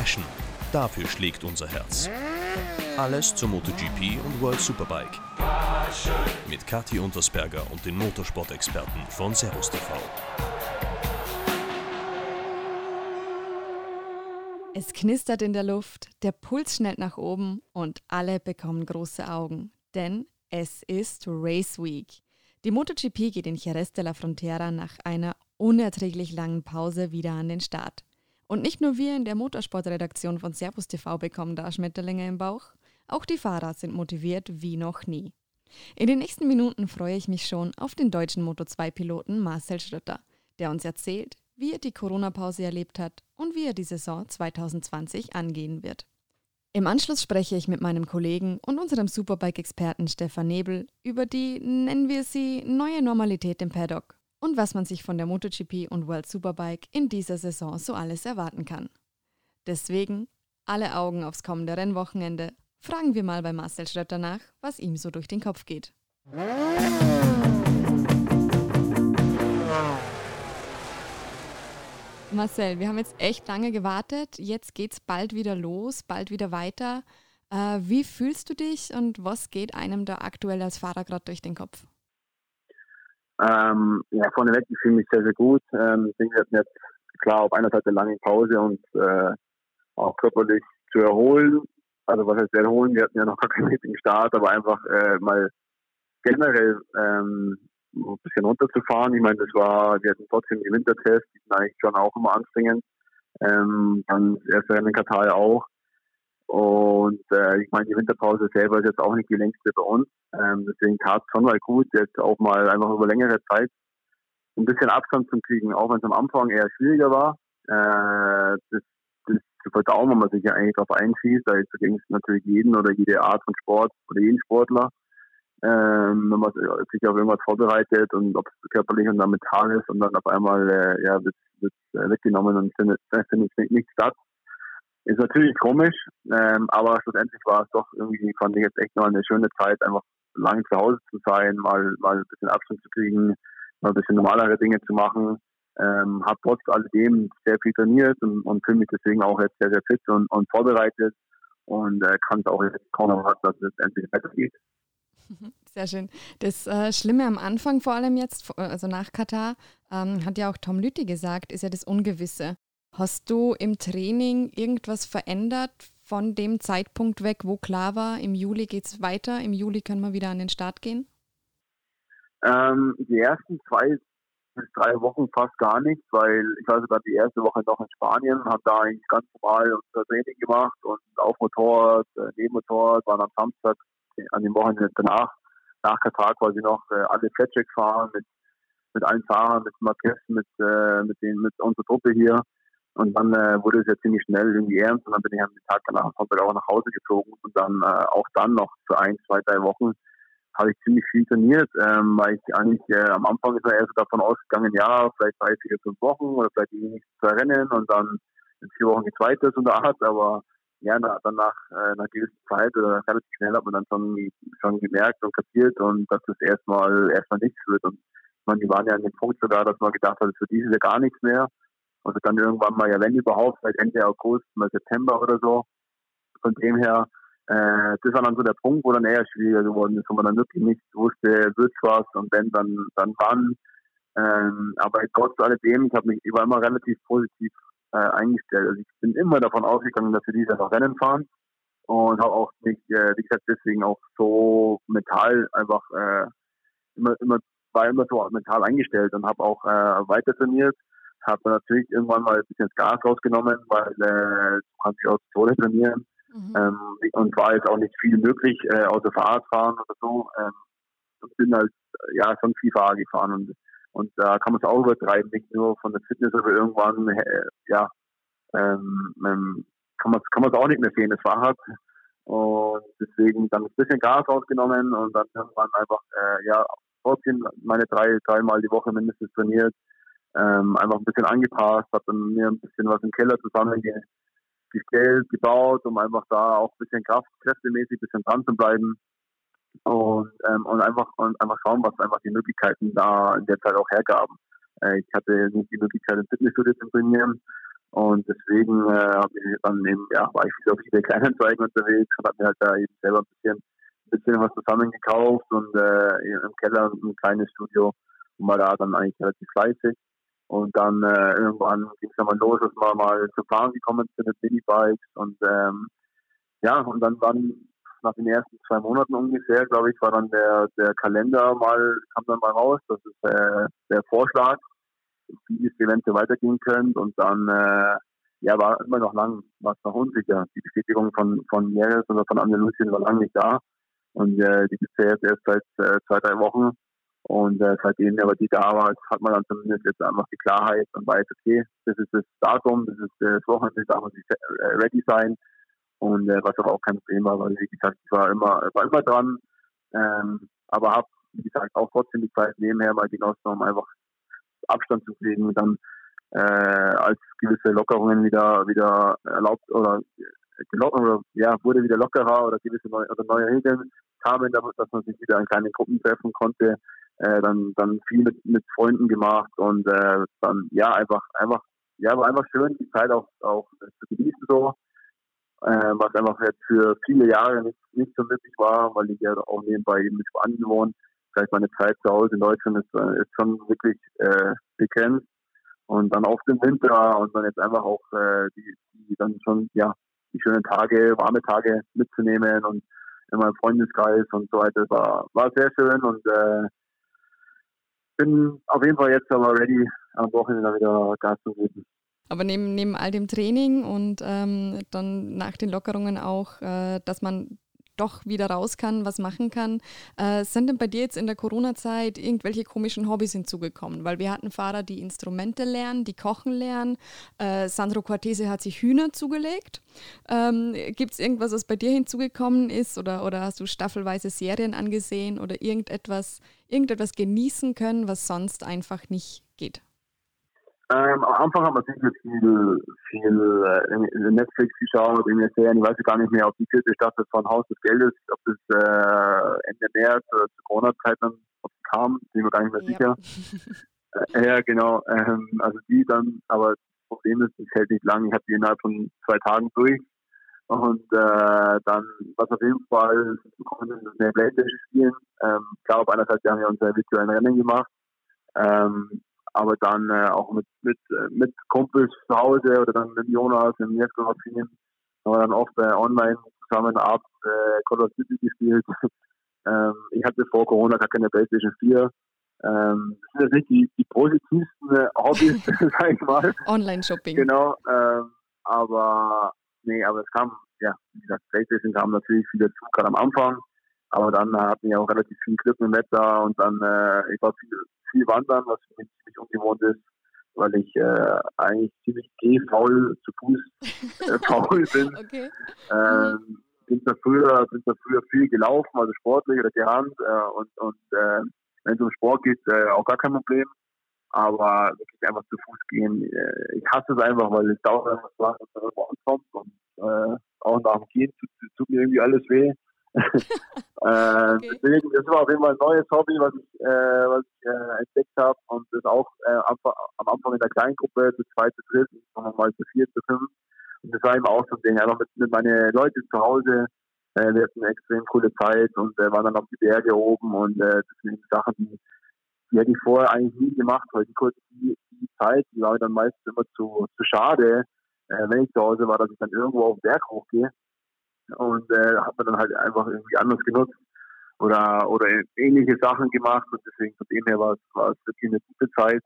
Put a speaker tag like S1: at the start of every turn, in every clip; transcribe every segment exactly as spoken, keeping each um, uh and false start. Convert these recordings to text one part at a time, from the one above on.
S1: Passion. Dafür schlägt unser Herz. Alles zur MotoGP und World Superbike. Mit Kathi Untersberger und den Motorsport-Experten von Servus T V.
S2: Es knistert in der Luft, der Puls schnellt nach oben und alle bekommen große Augen. Denn es ist Race Week. Die MotoGP geht in Jerez de la Frontera nach einer unerträglich langen Pause wieder an den Start. Und nicht nur wir in der Motorsportredaktion von Servus T V bekommen da Schmetterlinge im Bauch, auch die Fahrer sind motiviert wie noch nie. In den nächsten Minuten freue ich mich schon auf den deutschen Moto zwei Piloten Marcel Schrötter, der uns erzählt, wie er die Corona-Pause erlebt hat und wie er die Saison zwanzig zwanzig angehen wird. Im Anschluss spreche ich mit meinem Kollegen und unserem Superbike-Experten Stefan Nebel über die, nennen wir sie, neue Normalität im Paddock und was man sich von der MotoGP und World Superbike in dieser Saison so alles erwarten kann. Deswegen alle Augen aufs kommende Rennwochenende. Fragen wir mal bei Marcel Schrötter nach, was ihm so durch den Kopf geht. Marcel, wir haben jetzt echt lange gewartet. Jetzt geht's bald wieder los, bald wieder weiter. Äh, wie fühlst du dich und was geht einem da aktuell als Fahrer gerade durch den Kopf?
S3: Ähm, ja, vorneweg, ich fühle mich sehr, sehr gut. Ähm, ich denke, wir hatten jetzt klar auf einer Seite lange Pause und äh, auch körperlich zu erholen. Also was heißt erholen? Wir hatten ja noch gar keinen richtigen Start, aber einfach äh, mal generell ähm, ein bisschen runterzufahren. Ich meine, das war, wir hatten trotzdem die Wintertests, die sind eigentlich schon auch immer anstrengend. Ähm, dann das erste Rennen in Katar auch. Und äh, ich meine, die Winterpause selber ist jetzt auch nicht die längste bei uns. Ähm, deswegen tat es schon mal gut, jetzt auch mal einfach über längere Zeit ein bisschen Abstand zu kriegen, auch wenn es am Anfang eher schwieriger war. Äh, das, das zu verdauen, wenn man sich ja eigentlich darauf einschießt. Da ging es natürlich jeden oder jede Art von Sport oder jeden Sportler. Ähm, wenn man sich auf irgendwas vorbereitet und ob es körperlich und dann mental ist und dann auf einmal äh, ja, wird es äh, weggenommen und findet, findet nicht, nicht statt. Ist natürlich komisch, ähm, aber schlussendlich war es doch irgendwie, fand ich jetzt echt mal eine schöne Zeit, einfach lange zu Hause zu sein, mal, mal ein bisschen Abstand zu kriegen, mal ein bisschen normalere Dinge zu machen. Ähm, habe trotz alledem sehr viel trainiert und, und fühle mich deswegen auch jetzt sehr, sehr fit und, und vorbereitet und äh, kann es auch jetzt kaum erwarten, dass es endlich weitergeht.
S2: Sehr schön. Das äh, Schlimme am Anfang, vor allem jetzt, also nach Katar, ähm, hat ja auch Tom Lüthi gesagt, ist ja das Ungewisse. Hast du im Training irgendwas verändert von dem Zeitpunkt weg, wo klar war, im Juli geht's weiter, im Juli können wir wieder an den Start gehen?
S3: Ähm, die ersten zwei bis drei Wochen fast gar nicht, weil ich war sogar die erste Woche noch in Spanien, habe da eigentlich ganz normal unser Training gemacht und auf Motorrad, äh, neben Motorrad, waren am Samstag an dem Wochenende danach, nach Katar quasi noch äh, alle Flatcheck fahren mit mit allen Fahrern, mit Marquez, mit äh, mit den mit unserer Truppe hier. Und dann äh, wurde es ja ziemlich schnell irgendwie ernst und dann bin ich am Tag danach am Sonntag auch nach Hause geflogen und dann äh, auch dann noch für ein, zwei, drei Wochen habe ich ziemlich viel trainiert, ähm, weil ich eigentlich äh, am Anfang ist man erst davon ausgegangen, ja, vielleicht drei, vier, fünf Wochen oder vielleicht die nächsten zwei Rennen und dann in vier Wochen geht's weiter so eine Art, aber ja, na, dann nach äh, einer gewissen Zeit oder relativ schnell hat man dann schon, schon gemerkt und kapiert und dass das erstmal erstmal nichts wird. Und ich meine, die waren ja an dem Punkt sogar, dass man gedacht hat, für dieses Jahr gar nichts mehr. Und dann irgendwann mal, ja wenn überhaupt, vielleicht Ende August, mal September oder so. Von dem her, äh, das war dann so der Punkt, wo dann eher schwieriger geworden ist, wo man dann wirklich nicht wusste, wird's was und wenn, dann dann wann. Ähm, aber trotz alledem, ich habe mich, ich war immer relativ positiv äh, eingestellt. Also ich bin immer davon ausgegangen, dass wir dieses Jahr noch Rennen fahren und habe auch nicht, äh, wie gesagt, deswegen auch so mental einfach äh, immer, immer, war immer so mental eingestellt und habe auch äh, weiter trainiert. Habe dann natürlich irgendwann mal ein bisschen das Gas rausgenommen, weil äh, du kannst dich auch zu Tode trainieren. Mhm. Ähm, und war jetzt auch nicht viel möglich, äh, außer Fahrradfahren oder so. Ähm, und bin halt ja schon viel Fahrrad gefahren und und da äh, kann man es auch übertreiben, nicht nur von der Fitness, aber irgendwann äh, ja ähm, ähm, kann man kann man es auch nicht mehr sehen, das Fahrrad. Und deswegen dann ein bisschen Gas rausgenommen und dann irgendwann einfach äh, ja trotzdem meine drei dreimal die Woche mindestens trainiert. Ähm, einfach ein bisschen angepasst, habe dann mir ein bisschen was im Keller zusammengestellt, gebaut, um einfach da auch ein bisschen Kraft, kräftemäßig ein bisschen dran zu bleiben und, ähm, und einfach und einfach schauen, was einfach die Möglichkeiten da in der Zeit auch hergaben. Äh, ich hatte nicht die Möglichkeit, im Fitnessstudio zu trainieren Und deswegen äh, habe ich dann eben, ja, war ich viel auf eBay Kleinanzeigen unterwegs und habe mir halt da eben selber ein bisschen, ein bisschen was zusammengekauft und äh, im Keller ein kleines Studio und war da dann eigentlich relativ fleißig. Und dann äh, irgendwann ging es dann mal los, dass wir mal zu fahren gekommen sind mit Minibikes und ähm, ja, und dann dann nach den ersten zwei Monaten ungefähr, glaube ich, war dann der der Kalender mal, kam dann mal raus, das ist äh, der Vorschlag, wie es eventuell weitergehen könnte und dann äh, ja, war immer noch lang, war es noch unsicher. Die Bestätigung von von Jeres oder von Andalusien war lange nicht da und äh, die gibt es ja jetzt erst seit äh, zwei, drei Wochen und äh, seitdem aber die da war, hat man dann zumindest jetzt einfach die Klarheit und weiß, okay, das ist das Datum, das ist das Wochenende, da muss ich äh, ready sein und äh, was aber auch kein Problem war, weil wie gesagt, ich war immer, war immer dran, ähm, aber habe, wie gesagt, auch trotzdem die Zeit nebenher mal genossen, um einfach Abstand zu kriegen und dann äh, als gewisse Lockerungen wieder wieder erlaubt oder gelockert oder ja wurde wieder lockerer oder gewisse neue oder neue Regeln kamen, dass man sich wieder in kleinen Gruppen treffen konnte, äh, dann dann viel mit, mit Freunden gemacht und äh, dann ja einfach einfach ja war einfach schön die Zeit auch auch zu genießen so, äh, was einfach jetzt für viele Jahre nicht nicht so möglich war, weil ich ja auch nebenbei eben mit Spanien wohne. Das heißt, meine Zeit zu Hause in Deutschland ist, ist schon wirklich äh, begrenzt. Und dann auf den Winter und dann jetzt einfach auch äh, die, die dann schon, ja, die schönen Tage, warme Tage mitzunehmen und in meinem Freundeskreis und so weiter. Das war, war sehr schön und äh, bin auf jeden Fall jetzt aber ready, am Wochenende wieder Gas zu geben.
S2: Aber neben, neben all dem Training und ähm, dann nach den Lockerungen auch, äh, dass man doch wieder raus kann, was machen kann. Äh, sind denn bei dir jetzt in der Corona-Zeit irgendwelche komischen Hobbys hinzugekommen? Weil wir hatten Fahrer, die Instrumente lernen, die kochen lernen. Äh, Sandro Cortese hat sich Hühner zugelegt. Ähm, Gibt es irgendwas, was bei dir hinzugekommen ist? Oder, oder hast du staffelweise Serien angesehen oder irgendetwas, irgendetwas genießen können, was sonst einfach nicht geht?
S3: Ähm, am Anfang haben wir sicher viel, viel äh, Netflix geschaut, in der Serien. Ich weiß gar nicht mehr, ob die vierte Staffel von Haus des Geldes, ob das äh, Ende März oder zur Corona-Zeit dann ob die kam, bin mir gar nicht mehr
S2: Ja.
S3: sicher. äh, ja, genau. Ähm, also die dann, aber das Problem ist, es hält nicht lang. Ich habe die innerhalb von zwei Tagen durch. Und äh, dann, was auf jeden Fall gekommen ist, ist mehr Playstation spielen. Ähm, klar, auf einer Seite haben wir unsere virtuellen Rennen gemacht. Ähm, aber dann äh, auch mit mit mit Kumpels zu Hause oder dann mit Jonas im Jesko-Team haben wir dann oft äh, online zusammen ab äh, Call of Duty gespielt. ähm, ich hatte vor Corona gar keine PlayStation vier. Ähm, das sind jetzt nicht die, die positivsten äh, Hobbys, sag ich mal.
S2: Online-Shopping.
S3: Genau, ähm, aber nee, aber es kam, ja, wie gesagt, PlayStation kam natürlich viel dazu, gerade am Anfang. Aber dann hatten wir auch relativ viel Glück mit dem Wetter und dann, äh, ich war viel, viel wandern, was für mich ziemlich ungewohnt ist, weil ich äh, eigentlich ziemlich gehfaul zu Fuß äh, faul bin.
S2: Okay.
S3: Ähm,
S2: Mhm.
S3: bin da früher, bin da früher viel gelaufen, also sportlich oder gerannt äh, und, und äh, wenn es um Sport geht, äh, auch gar kein Problem. Aber wirklich einfach zu Fuß gehen, äh, ich hasse es einfach, weil es dauert einfach so lange, bis man irgendwo ankommt und äh, auch nach dem Gehen tut, tut mir irgendwie alles weh. äh,
S2: Okay.
S3: Deswegen, das war auf jeden Fall ein neues Hobby, was ich, äh, was ich äh, entdeckt habe und das auch äh, am, am Anfang in der kleinen Gruppe, zu zweit, zu dritt, und mal zu vier, zu fünf. Und das war eben auch so ein Ding, einfach mit, mit meinen Leuten zu Hause. Äh, wir hatten eine extrem coole Zeit und äh, waren dann auf die Berge oben und äh, das sind Sachen, die, die hätte ich vorher eigentlich nie gemacht, weil die kurze die, die Zeit, die war dann meistens immer zu, zu schade, äh, wenn ich zu Hause war, dass ich dann irgendwo auf den Berg hochgehe. Und äh, hat man dann halt einfach irgendwie anders genutzt oder oder ähnliche Sachen gemacht und deswegen von dem her war es, war es wirklich eine gute Zeit.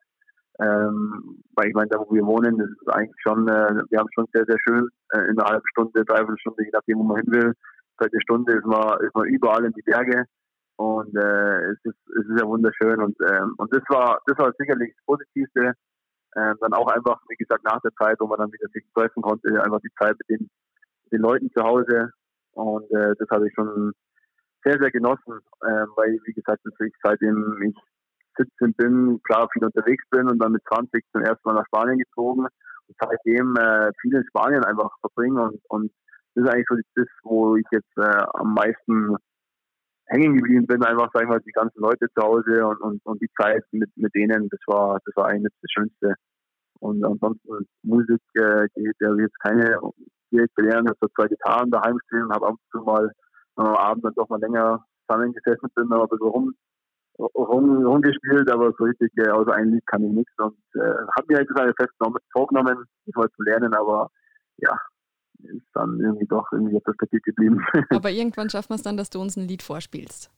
S3: Ähm, weil ich meine, da wo wir wohnen, das ist eigentlich schon, äh, wir haben schon sehr, sehr schön äh, in einer halben Stunde, dreiviertel Stunde, je nachdem, wo man hin will. Seit einer Stunde ist man, ist man überall in die Berge und äh, es ist es ist ja wunderschön und ähm, und das war das war sicherlich das Positivste. Ähm, dann auch einfach, wie gesagt, nach der Zeit, wo man dann wieder sich treffen konnte, einfach die Zeit mit den den Leuten zu Hause und äh, das habe ich schon sehr, sehr genossen, äh, weil, wie gesagt, natürlich seitdem ich siebzehn bin, klar viel unterwegs bin und dann mit zwanzig zum ersten Mal nach Spanien gezogen und seitdem äh, viel in Spanien einfach verbringe und, und das ist eigentlich so das, wo ich jetzt äh, am meisten hängen geblieben bin, einfach, sagen wir mal, die ganzen Leute zu Hause und, und, und die Zeit mit, mit denen, das war, das war eigentlich das Schönste. Und ansonsten Musik äh, geht, ja, jetzt keine direkt gelernt, habe so zwei Gitarren daheim stehen und habe ab und zu mal am Abend dann doch mal länger zusammengesessen bin, aber ein bisschen rum, rum, rumgespielt, aber so richtig, äh, außer ein Lied kann ich nichts und äh, habe mir eigentlich halt fest vorgenommen, das mal zu lernen, aber ja, ist dann irgendwie doch irgendwie auf der Strecke geblieben.
S2: Aber irgendwann schaffen wir es dann, dass du uns ein Lied vorspielst.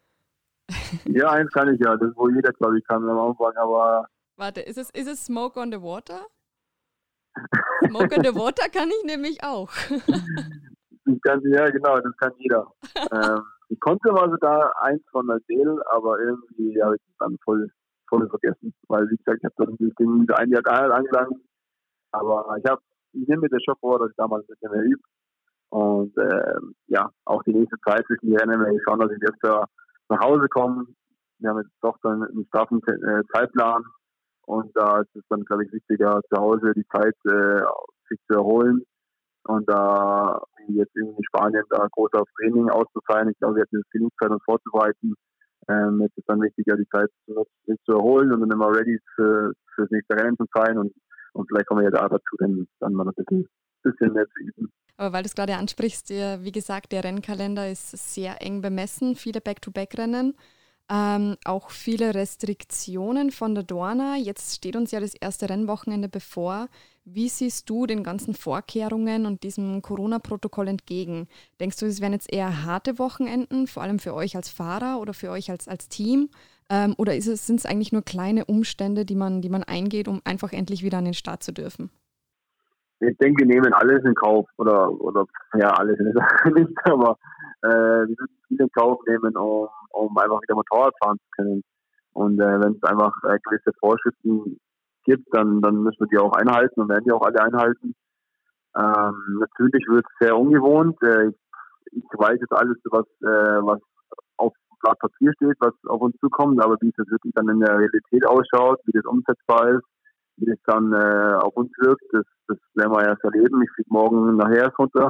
S3: Ja, eins kann ich ja, das wo jeder, glaube ich, kann am Anfang, aber...
S2: Warte, ist es, ist es Smoke on the Water? Smoke on the Water kann ich nämlich auch.
S3: Das kann, ja, genau, das kann jeder. ähm, ich konnte mal sogar eins von Adele, aber irgendwie habe ich es dann voll, voll vergessen, weil, wie gesagt, ich habe dann das Ding ein Jahr gar nicht angelangt, aber ich habe, ich nehme mir das schon vor, dass ich damals ein bisschen mehr übe und äh, ja, auch die nächste Zeit zwischen die Rennen werde ich schauen, dass ich jetzt da nach Hause komme. Wir haben jetzt doch dann einen straffen äh, Zeitplan und da ist es dann, glaube ich, wichtiger, zu Hause die Zeit äh, sich zu erholen und da äh, jetzt irgendwie in Spanien da groß auf Training auszufallen. Ich glaube, wir hatten jetzt genug Zeit, uns vorzubereiten. Ähm, jetzt ist dann wichtiger, die Zeit zu nutzen, sich zu erholen und dann immer ready für, für das nächste Rennen zu sein und, und vielleicht kommen wir ja da dazu, dann, dann mal ein bisschen, bisschen mehr zu üben.
S2: Aber weil du es gerade ansprichst, wie gesagt, der Rennkalender ist sehr eng bemessen, viele Back-to-Back-Rennen. Ähm, auch viele Restriktionen von der Dorna. Jetzt steht uns ja das erste Rennwochenende bevor. Wie siehst du den ganzen Vorkehrungen und diesem Corona-Protokoll entgegen? Denkst du, es werden jetzt eher harte Wochenenden, vor allem für euch als Fahrer oder für euch als, als Team? Ähm, oder ist es, sind es eigentlich nur kleine Umstände, die man, die man eingeht, um einfach endlich wieder an den Start zu dürfen?
S3: Ich denke, wir nehmen alles in Kauf, oder, oder ja, alles in der Sache nicht, aber äh, wir müssen viel in Kauf nehmen, um, um einfach wieder Motorrad fahren zu können. Und äh, wenn es einfach äh, gewisse Vorschriften gibt, dann, dann müssen wir die auch einhalten und werden die auch alle einhalten. Ähm, natürlich wird es sehr ungewohnt. Äh, ich, ich weiß jetzt alles, was, äh, was auf Blatt Papier steht, was auf uns zukommt, aber wie das wirklich dann in der Realität ausschaut, wie das umsetzbar ist, wie das dann äh, auf uns wirkt, das, das werden wir erst erleben. Ich fliege morgen nachher runter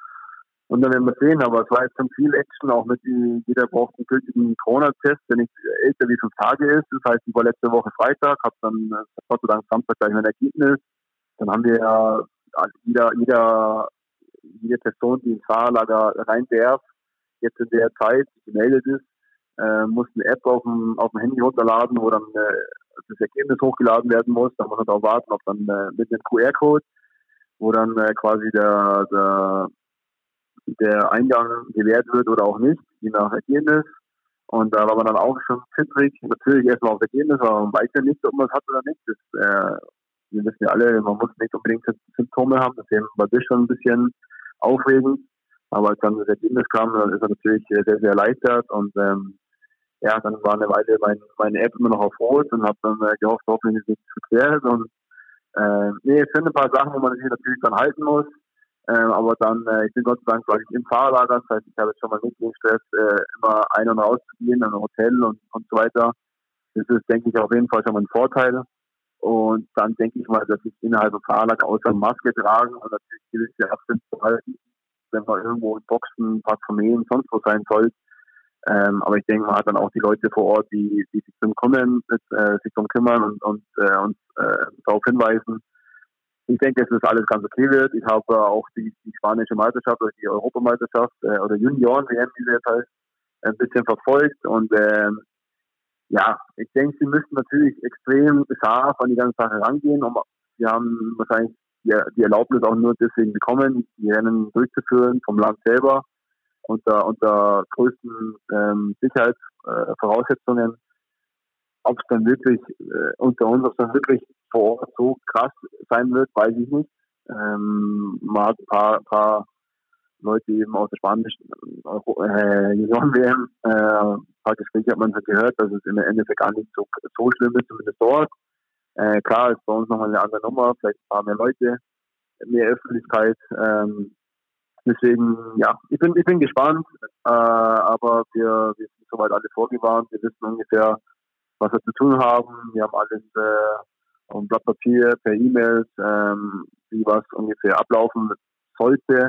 S3: und dann werden wir sehen. Aber es war jetzt schon viel Action, auch mit die, jeder braucht einen gültigen Corona-Test, der nicht älter wie fünf Tage ist. Das heißt, ich war letzte Woche Freitag, habe dann Gott sei Dank Samstag gleich mein Ergebnis. Dann haben wir ja jeder, jeder, jede Person, die ins Fahrerlager rein darf, jetzt in der Zeit, die gemeldet ist, äh, muss eine App auf dem, auf dem Handy runterladen, wo dann äh, das Ergebnis hochgeladen werden muss. Da muss man darauf warten, ob dann äh, mit einem Q R-Code, wo dann äh, quasi der, der, der Eingang gewährt wird oder auch nicht, je nach Ergebnis. Und da war man dann auch schon zittrig. Natürlich erstmal auf Ergebnis, aber man weiß ja nicht, ob man es hat oder nicht. Das, äh, wir wissen ja alle, man muss nicht unbedingt Symptome haben. Deswegen war das schon ein bisschen aufregend. Aber als dann das Ergebnis kam, dann ist er natürlich sehr, sehr erleichtert. Und ähm, ja, dann war eine Weile mein, meine App immer noch auf Rot und habe dann äh, gehofft, hoffentlich nichts verkehrt. Und äh, nee, es sind ein paar Sachen, wo man sich natürlich dann halten muss. Äh, aber dann, äh, ich bin Gott sei Dank, glaube ich, im Fahrerlager. Das heißt, ich habe jetzt schon mal nicht den Stress, äh, immer ein- und rauszugehen, an ein Hotel und, und so weiter. Das ist, denke ich, auf jeden Fall schon mal ein Vorteil. Und dann denke ich mal, dass ich innerhalb des Fahrerlagers außer Maske tragen und natürlich gewisse Abstände zu halten, wenn man irgendwo in Boxen, ein paar Familien, sonst wo sein soll. Ähm, aber ich denke, man hat dann auch die Leute vor Ort, die, die sich drum kümmern, äh, sich drum kümmern und, und äh, uns äh, darauf hinweisen. Ich denke, dass das alles ganz okay wird. Ich habe äh, auch die, die spanische Meisterschaft oder die Europameisterschaft äh, oder Junioren-W M, wie sie jetzt heißt, ein bisschen verfolgt. Und ähm, ja, ich denke, sie müssen natürlich extrem scharf an die ganze Sache rangehen. Um, sie haben wahrscheinlich die, die Erlaubnis auch nur deswegen bekommen, die Rennen durchzuführen vom Land selber. Unter, unter größten ähm, Sicherheitsvoraussetzungen. Äh, ob es dann wirklich äh, unter uns, ob es dann wirklich vor Ort so krass sein wird, weiß ich nicht. Ähm, man hat ein paar, paar Leute eben aus der spanischen äh, Junioren-W M, äh, ein paar Gespräche hat man gehört, dass es im Endeffekt gar nicht so, so schlimm ist, zumindest dort. Äh, klar ist bei uns nochmal eine andere Nummer, vielleicht ein paar mehr Leute, mehr Öffentlichkeit. Ähm, Deswegen, ja, ich bin, ich bin gespannt, äh, aber wir, wir sind soweit alle vorgewarnt. Wir wissen ungefähr, was wir zu tun haben. Wir haben alles äh, auf dem Blatt Papier, per E-Mails, ähm, wie was ungefähr ablaufen sollte.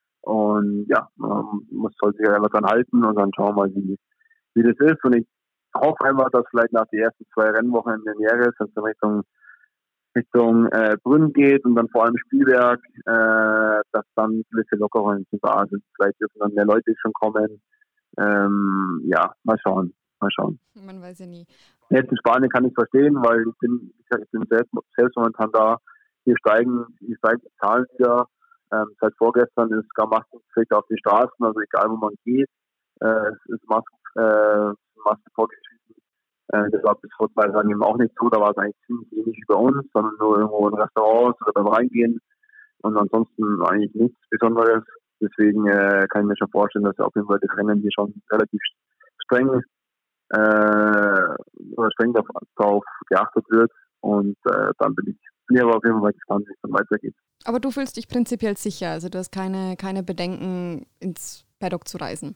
S3: Und ja, man muss sollte sich einfach dran halten und dann schauen wir mal, wie, wie das ist. Und ich hoffe einfach, dass vielleicht nach den ersten zwei Rennwochen in den Jahres, also Richtung Richtung äh, Brünn geht und dann vor allem Spielberg, äh, dass dann gewisse Lockerungen da sind. Vielleicht dürfen dann mehr Leute schon kommen. Ähm, ja, mal schauen, mal schauen.
S2: Man weiß ja nie.
S3: Jetzt in Spanien kann ich verstehen, weil ich bin, ich bin selbst, selbst momentan da. Hier steigen, hier steigen die Zahlen wieder. Ähm, seit vorgestern ist gar Maskenpflicht auf die Straßen, also egal wo man geht, äh, es ist Masken, äh, Masken vorgeschrieben. Äh, das war bis vor zwei Tagen eben auch nicht so, da war es eigentlich ziemlich ähnlich wie bei uns, sondern nur irgendwo in Restaurants oder beim Reingehen und ansonsten eigentlich nichts Besonderes. Deswegen äh, kann ich mir schon vorstellen, dass auf jeden Fall das Rennen hier schon relativ streng, äh, oder streng darauf geachtet wird und äh, dann bin ich, bin ich aber auf jeden Fall gespannt, wie es dann weitergeht.
S2: Aber du fühlst dich prinzipiell sicher, also du hast keine, keine Bedenken, ins Paddock zu reisen?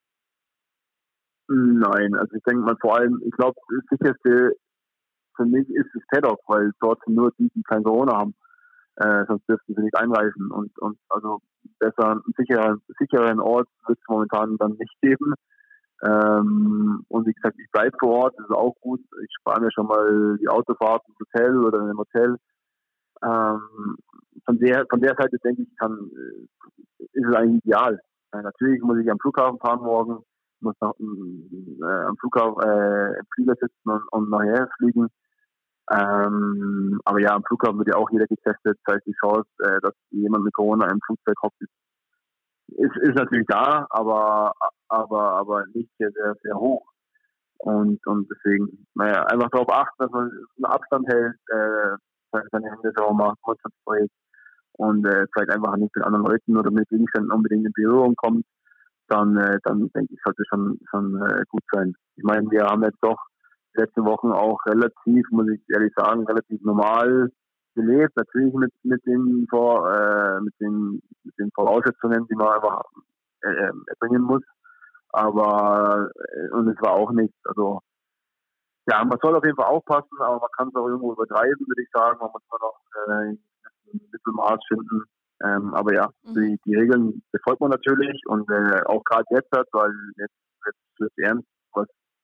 S3: Nein, also ich denke mal vor allem, ich glaube, das Sicherste für mich ist das Paddock, weil dort sind nur die, die kein Corona haben, äh, sonst dürften sie nicht einreisen und, und also besser einen sicheren, sicheren Ort wird es momentan dann nicht geben. Ähm, und wie gesagt, ich bleibe vor Ort, das ist auch gut. Ich spare mir schon mal die Autofahrt ins Hotel oder in einem Hotel. Ähm, von der von der Seite denke ich, kann, ist es eigentlich ideal. Äh, natürlich muss ich am Flughafen fahren morgen, muss noch äh, am Flughafen äh, im Flieger sitzen und, und nachher fliegen. Ähm, aber ja, am Flughafen wird ja auch jeder getestet. Das heißt, die Chance, äh, dass jemand mit Corona im Flugzeug hockt, ist, ist, ist natürlich da, aber aber aber nicht sehr, sehr, sehr hoch. Und und deswegen, naja, einfach darauf achten, dass man einen Abstand hält, äh, seine Hände sauber macht, Mundschutz und äh, vielleicht einfach nicht mit anderen Leuten oder mit Gegenständen unbedingt in Berührung kommt, dann äh, dann denke ich, sollte schon schon äh, gut sein. Ich meine, wir haben jetzt doch die letzten Wochen auch relativ, muss ich ehrlich sagen, relativ normal gelebt, natürlich mit mit den vor äh, mit den mit den Voraussetzungen, die man einfach äh, erbringen muss, aber äh, und es war auch nichts, also ja, man soll auf jeden Fall aufpassen, aber man kann es auch irgendwo übertreiben, würde ich sagen, man muss immer noch äh, ein Mittelmaß finden, ähm, aber ja, mhm. die, die Regeln befolgt man natürlich und äh, auch gerade jetzt, weil jetzt wird es ernst, was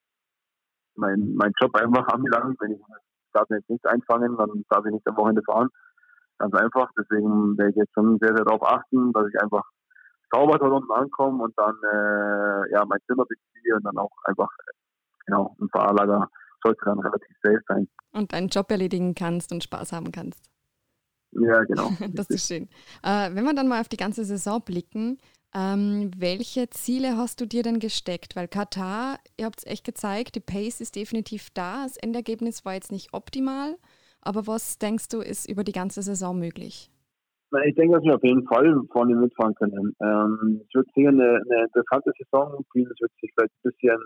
S3: mein, mein Job einfach anbelangt, wenn ich darf jetzt nichts einfangen, dann darf ich nicht am Wochenende fahren. Ganz einfach. Deswegen werde ich jetzt schon sehr, sehr darauf achten, dass ich einfach sauber dort unten ankomme und dann äh, ja mein Zimmer beziehe und dann auch einfach genau im Fahrerlager sollte dann relativ safe sein.
S2: Und deinen Job erledigen kannst und Spaß haben kannst.
S3: Ja, genau.
S2: Das ist schön. Äh, wenn wir dann mal auf die ganze Saison blicken, ähm, welche Ziele hast du dir denn gesteckt? Weil Katar, ihr habt es echt gezeigt, die Pace ist definitiv da. Das Endergebnis war jetzt nicht optimal. Aber was denkst du, ist über die ganze Saison möglich?
S3: Na, ich denke, dass wir auf jeden Fall vorne mitfahren können. Ähm, es wird sicher eine, eine interessante Saison. Es wird sich vielleicht ein bisschen,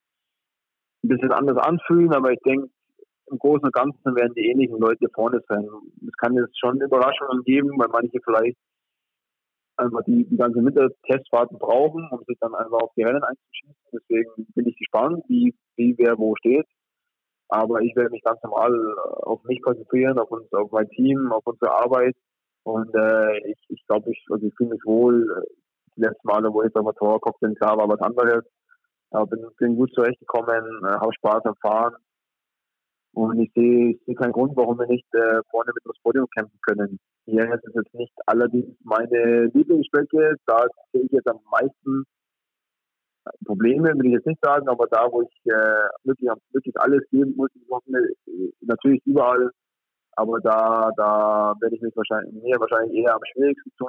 S3: ein bisschen anders anfühlen, aber ich denke, im Großen und Ganzen werden die ähnlichen Leute vorne sein. Es kann jetzt schon Überraschungen geben, weil manche vielleicht einfach die, die ganze Wintertestfahrten brauchen, um sich dann einfach auf die Rennen einzuschießen. Deswegen bin ich gespannt, wie, wie wer wo steht. Aber ich werde mich ganz normal auf mich konzentrieren, auf uns, auf mein Team, auf unsere Arbeit. Und äh, ich, ich glaube, ich, also ich fühle mich wohl. Die letzten Male, wo ich beim Motorrad bin, klar war was anderes. Aber bin, bin gut zurechtgekommen, äh, habe Spaß am Fahren. Und ich sehe, ich sehe keinen Grund, warum wir nicht äh, vorne mit uns Podium kämpfen können. Hier ist es jetzt nicht allerdings meine Lieblingsstrecke. Da sehe ich jetzt am meisten Probleme, will ich jetzt nicht sagen, aber da, wo ich äh, wirklich, wirklich alles geben muss, natürlich überall, aber da, da werde ich mich wahrscheinlich, mir wahrscheinlich eher am schwierigsten tun.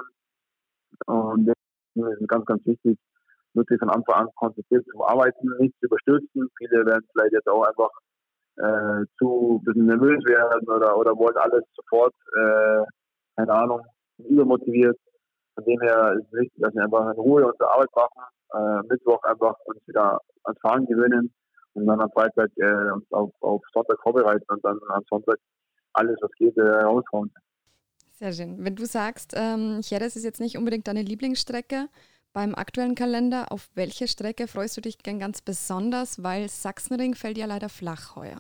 S3: Und deswegen ist es ganz, ganz wichtig, wirklich von Anfang an konzentriert zu arbeiten, nicht zu überstürzen. Viele werden vielleicht jetzt auch einfach äh, zu ein bisschen nervös werden oder, oder wollen alles sofort, äh, keine Ahnung, übermotiviert. Von dem her ist es wichtig, dass wir einfach in Ruhe unsere Arbeit machen, äh, Mittwoch einfach uns wieder ans Fahren gewöhnen und dann am Freitag äh, uns auf, auf Sonntag vorbereiten und dann am Sonntag alles, was geht, äh, raushauen.
S2: Sehr schön. Wenn du sagst, ähm, Jerez ist jetzt nicht unbedingt deine Lieblingsstrecke, beim aktuellen Kalender, auf welche Strecke freust du dich gern ganz besonders, weil Sachsenring fällt ja leider flach heuer?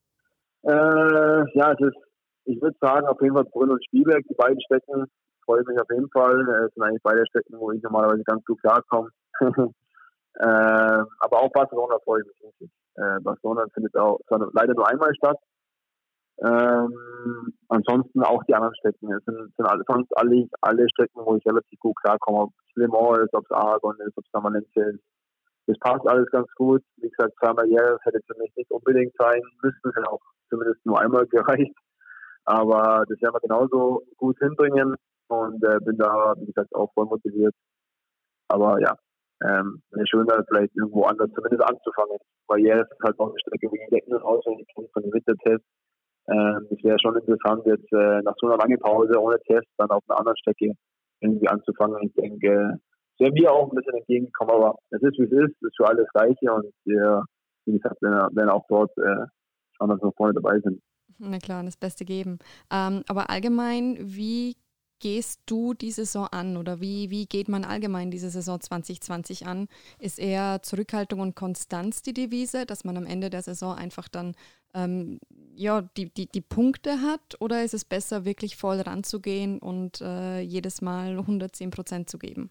S3: Äh, ja, es ist, ich würde sagen, auf jeden Fall Brünn und Spielberg, die beiden Strecken, freue mich auf jeden Fall. Es sind eigentlich beide Strecken, wo ich normalerweise ganz gut klarkomme. äh, aber auch Barcelona freue ich mich richtig. Äh, Barcelona findet auch zwar leider nur einmal statt, Ähm, ansonsten auch die anderen Strecken. Es sind, sind alle, sonst alle, alle Strecken, wo ich relativ gut klarkomme. Ob es Le Mans ist, ob es Aragon ist, ob es Valencia ist. Das passt alles ganz gut. Wie gesagt, zweimal Jahres hätte für mich nicht unbedingt sein müssen. Es hätte auch zumindest nur einmal gereicht. Aber das werden wir genauso gut hinbringen und äh, bin da, wie gesagt, auch voll motiviert. Aber ja, ähm, wäre schöner, vielleicht irgendwo anders zumindest anzufangen. Weil Jahres ist halt auch eine Strecke, wie ich denke, das auswendig von den Wintertests. Ähm, es wäre schon interessant, jetzt äh, nach so einer langen Pause ohne Test dann auf einer anderen Strecke irgendwie anzufangen. Ich denke, es wäre mir auch ein bisschen entgegengekommen, aber es ist, wie es ist, es ist für alles Gleiche und wir, wie gesagt, werden, werden auch dort äh, schauen, dass wir vorne dabei sind.
S2: Na klar, das Beste geben. Ähm, aber allgemein, wie gehst du die Saison an oder wie, wie geht man allgemein diese Saison zwanzig zwanzig an? Ist eher Zurückhaltung und Konstanz die Devise, dass man am Ende der Saison einfach dann ähm, ja, die, die, die Punkte hat, oder ist es besser, wirklich voll ranzugehen und äh, jedes Mal hundertzehn Prozent zu geben?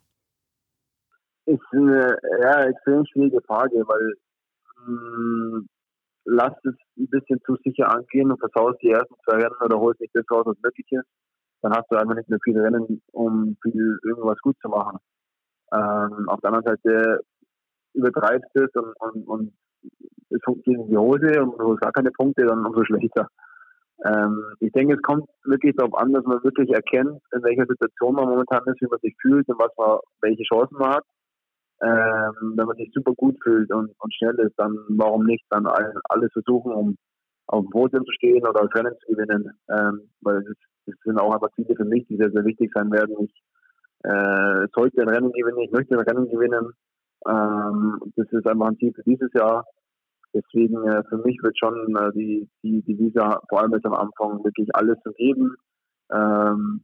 S3: Ist eine ja, extrem schwierige Frage, weil mh, lass es ein bisschen zu sicher angehen und versaust die ersten zwei Rennen oder holst nicht das raus, was möglich ist. Dann hast du einfach nicht mehr viele Rennen, um viel irgendwas gut zu machen. Ähm, auf der anderen Seite übertreibst du es und, und, und es geht in die Hose und du hast gar keine Punkte, dann umso schlechter. Ähm, ich denke, es kommt wirklich darauf an, dass man wirklich erkennt, in welcher Situation man momentan ist, wie man sich fühlt und was man, welche Chancen man hat. Ähm, wenn man sich super gut fühlt und, und schnell ist, dann warum nicht dann alles versuchen, um auf dem Podium zu stehen oder das Rennen zu gewinnen. Ähm, weil das, das sind auch einfach Ziele für mich, die sehr, sehr wichtig sein werden. Ich äh, sollte ein Rennen gewinnen, ich möchte ein Rennen gewinnen. Ähm, das ist einfach ein Ziel für dieses Jahr. Deswegen äh, für mich wird schon äh, die, die, die Visa vor allem jetzt am Anfang wirklich alles zu geben. Ähm,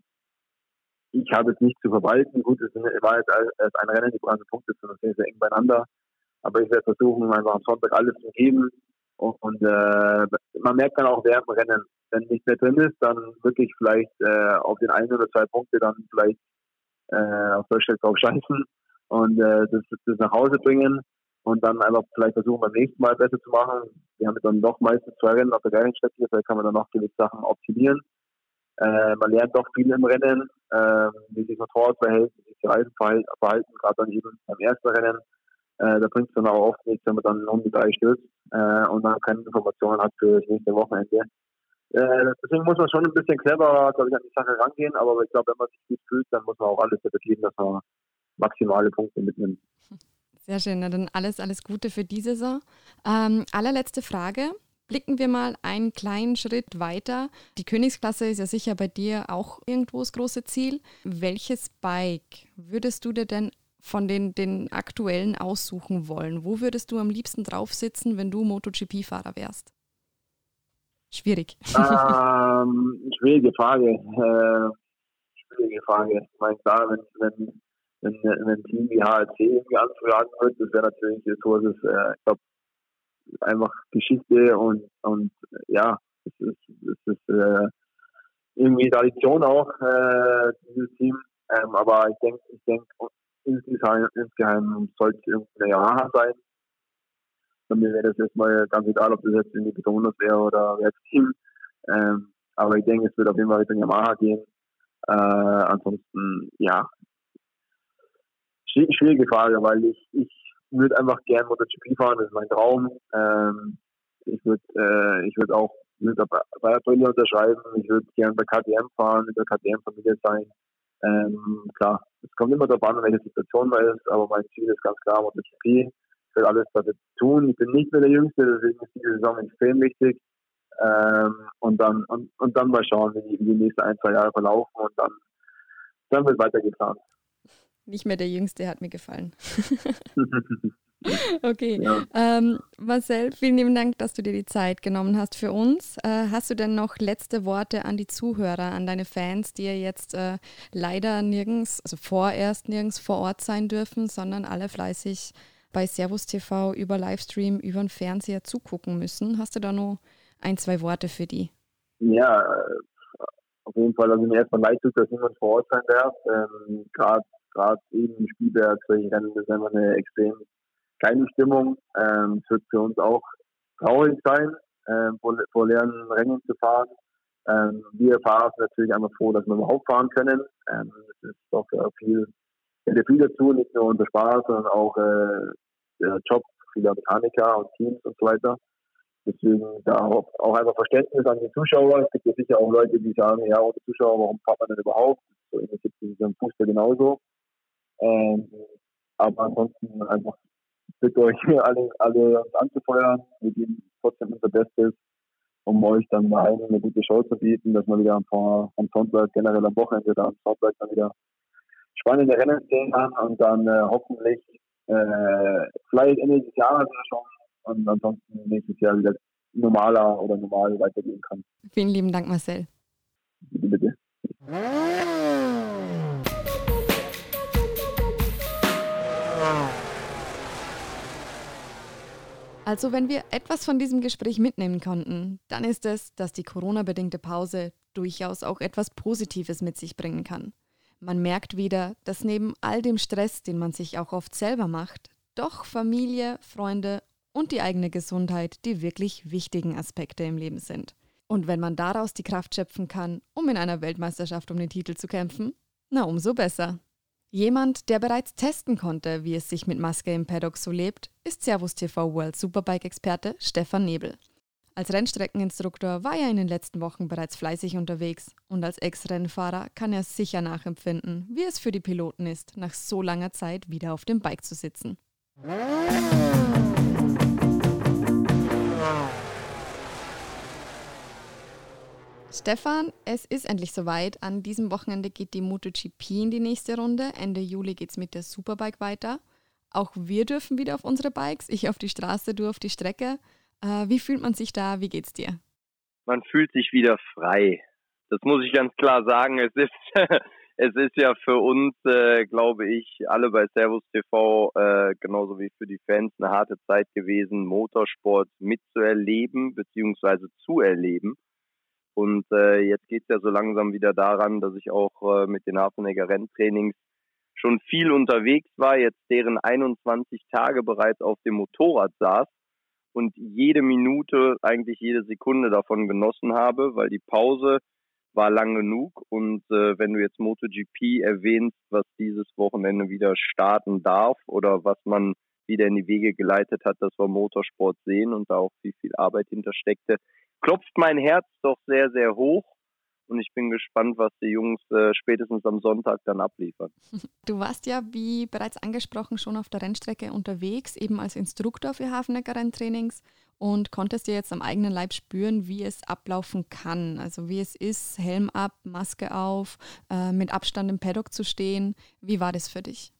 S3: Ich habe jetzt nicht zu verwalten. Gut, es war jetzt erst ein Rennen, die ganzen Punkte sind sehr, sehr eng beieinander. Aber ich werde versuchen, einfach am Sonntag alles zu geben. Und, und äh, man merkt dann auch während dem Rennen, wenn nicht mehr drin ist, dann wirklich vielleicht äh, auf den einen oder zwei Punkte dann vielleicht äh, auf Deutschland drauf scheißen und äh, das, das nach Hause bringen und dann einfach vielleicht versuchen, beim nächsten Mal besser zu machen. Wir haben dann doch meistens zwei Rennen auf der gleichen Strecke, vielleicht kann man dann noch gewisse Sachen optimieren. Äh, man lernt doch viel im Rennen, äh, wie sich das Motorrad verhält, wie sich die Reifen verhalten, verhalten gerade dann eben beim ersten Rennen. Äh, da bringt es dann auch oft nichts, wenn man dann um die drei stürzt äh, und dann keine Informationen hat für das nächste Wochenende. Äh, deswegen muss man schon ein bisschen cleverer, glaube ich, an die Sache rangehen, aber ich glaube, wenn man sich gut fühlt, dann muss man auch alles dafür geben, dass man maximale Punkte mitnimmt.
S2: Sehr schön, na dann alles, alles Gute für die Saison. Ähm, allerletzte Frage. Blicken wir mal einen kleinen Schritt weiter. Die Königsklasse ist ja sicher bei dir auch irgendwo das große Ziel. Welches Bike würdest du dir denn von den, den aktuellen aussuchen wollen? Wo würdest du am liebsten drauf sitzen, wenn du MotoGP-Fahrer wärst? Schwierig.
S3: Ähm, schwierige Frage. Äh, schwierige Frage. Ich meine, klar, wenn, wenn, wenn, wenn ein Team wie H R C irgendwie anfragen wird, das wäre natürlich so, dass es, äh, ich glaube, einfach Geschichte und, und ja, es ist, es ist äh, irgendwie Tradition auch, äh, dieses Team. Ähm, aber ich denke, ich denke, insgeheim, insgeheim sollte es irgendeine Yamaha sein. Bei mir wäre das erstmal ganz egal, ob das jetzt irgendwie Petronas wäre oder Werksteam. Ähm, aber ich denke, es wird auf jeden Fall Richtung Yamaha gehen. Äh, ansonsten, ja, schwierige Frage, weil ich, ich würde einfach gerne MotoGP fahren, das ist mein Traum. Ähm, ich würde äh, ich würde auch würd bei Aprilia unterschreiben, ich würde gerne bei K T M fahren, mit der K T M-Familie sein. Ähm, klar, es kommt immer darauf an, in welcher Situation man ist, aber mein Ziel ist ganz klar MotoGP. Ich will alles dafür tun. Ich bin nicht mehr der Jüngste, deswegen ist diese Saison extrem wichtig. Ähm, und dann und, und dann mal schauen, wie die, wie die nächsten ein, zwei Jahre verlaufen und dann, dann wird weitergeplant.
S2: Nicht mehr der Jüngste, hat mir gefallen. Okay.
S3: Ja.
S2: Ähm, Marcel, vielen lieben Dank, dass du dir die Zeit genommen hast für uns. Äh, hast du denn noch letzte Worte an die Zuhörer, an deine Fans, die ja jetzt äh, leider nirgends, also vorerst nirgends vor Ort sein dürfen, sondern alle fleißig bei Servus T V über Livestream, über den Fernseher zugucken müssen? Hast du da noch ein, zwei Worte für die?
S3: Ja, auf jeden Fall, also mir erstmal leid tut, dass niemand vor Ort sein darf. Ähm, Gerade gerade eben im Spielberg, solche Rennen, das ist einfach eine extrem kleine Stimmung. Ähm, es wird für uns auch traurig sein, äh, vor, vor leeren Rängen zu fahren. Ähm, wir Fahrer sind natürlich einfach froh, dass wir überhaupt fahren können. Ähm, das ist doch äh, viel, ja, viel dazu, nicht nur unser Spaß, sondern auch äh, der Job vieler Mechaniker und Teams und so weiter. Deswegen da auch, auch einfach Verständnis an die Zuschauer. Es gibt ja sicher auch Leute, die sagen, ja, ohne Zuschauer, warum fahrt man denn überhaupt? So ähnlich gibt es im Fußball genauso. Ähm, aber ansonsten einfach bitte euch alle, alle anzufeuern. Wir geben trotzdem unser Bestes, um euch dann mal eine gute Show zu bieten, dass wir wieder am, am Sonntag, generell am Wochenende, da am Sonntag dann wieder spannende Rennen sehen kann und dann äh, hoffentlich äh, vielleicht Ende des Jahres oder schon und ansonsten nächstes Jahr wieder normaler oder normal weitergehen kann.
S2: Vielen lieben Dank, Marcel.
S3: Bitte, bitte.
S2: Also wenn wir etwas von diesem Gespräch mitnehmen konnten, dann ist es, dass die Corona-bedingte Pause durchaus auch etwas Positives mit sich bringen kann. Man merkt wieder, dass neben all dem Stress, den man sich auch oft selber macht, doch Familie, Freunde und die eigene Gesundheit die wirklich wichtigen Aspekte im Leben sind. Und wenn man daraus die Kraft schöpfen kann, um in einer Weltmeisterschaft um den Titel zu kämpfen, na umso besser. Jemand, der bereits testen konnte, wie es sich mit Maske im Paddock so lebt, ist Servus T V World Superbike-Experte Stefan Nebel. Als Rennstreckeninstruktor war er in den letzten Wochen bereits fleißig unterwegs und als Ex-Rennfahrer kann er sicher nachempfinden, wie es für die Piloten ist, nach so langer Zeit wieder auf dem Bike zu sitzen. Stefan, es ist endlich soweit. An diesem Wochenende geht die MotoGP in die nächste Runde. Ende Juli geht es mit der Superbike weiter. Auch wir dürfen wieder auf unsere Bikes. Ich auf die Straße, du auf die Strecke. Äh, wie fühlt man sich da? Wie geht's dir?
S4: Man fühlt sich wieder frei. Das muss ich ganz klar sagen. Es ist, es ist ja für uns, äh, glaube ich, alle bei Servus T V, äh, genauso wie für die Fans, eine harte Zeit gewesen, Motorsport mitzuerleben bzw. zu erleben. Und äh, jetzt geht's ja so langsam wieder daran, dass ich auch äh, mit den Hafenegger Renntrainings schon viel unterwegs war, jetzt deren einundzwanzig Tage bereits auf dem Motorrad saß und jede Minute, eigentlich jede Sekunde davon genossen habe, weil die Pause war lang genug. Und äh, wenn du jetzt MotoGP erwähnst, was dieses Wochenende wieder starten darf oder was man wieder in die Wege geleitet hat, dass wir Motorsport sehen und da auch viel, viel Arbeit hintersteckte, klopft mein Herz doch sehr, sehr hoch und ich bin gespannt, was die Jungs äh, spätestens am Sonntag dann abliefern.
S2: Du warst ja, wie bereits angesprochen, schon auf der Rennstrecke unterwegs, eben als Instruktor für Hafenegger Renntrainings und konntest dir jetzt am eigenen Leib spüren, wie es ablaufen kann. Also wie es ist, Helm ab, Maske auf, äh, mit Abstand im Paddock zu stehen. Wie war das für dich?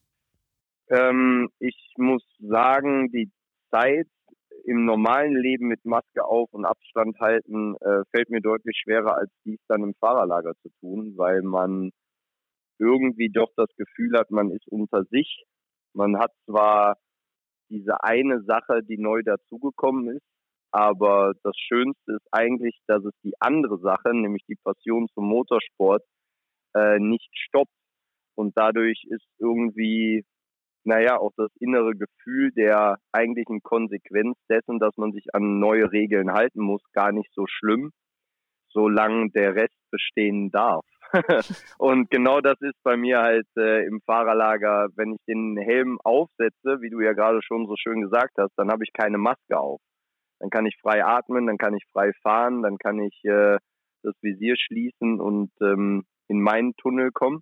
S4: Ähm, ich muss sagen, die Zeit im normalen Leben mit Maske auf und Abstand halten, äh, fällt mir deutlich schwerer, als dies dann im Fahrerlager zu tun, weil man irgendwie doch das Gefühl hat, man ist unter sich. Man hat zwar diese eine Sache, die neu dazugekommen ist, aber das Schönste ist eigentlich, dass es die andere Sache, nämlich die Passion zum Motorsport, äh, nicht stoppt. Und dadurch ist irgendwie naja, auch das innere Gefühl der eigentlichen Konsequenz dessen, dass man sich an neue Regeln halten muss, gar nicht so schlimm, solange der Rest bestehen darf. Und genau das ist bei mir halt äh, im Fahrerlager, wenn ich den Helm aufsetze, wie du ja gerade schon so schön gesagt hast, dann habe ich keine Maske auf. Dann kann ich frei atmen, dann kann ich frei fahren, dann kann ich äh, das Visier schließen und ähm, in meinen Tunnel kommen.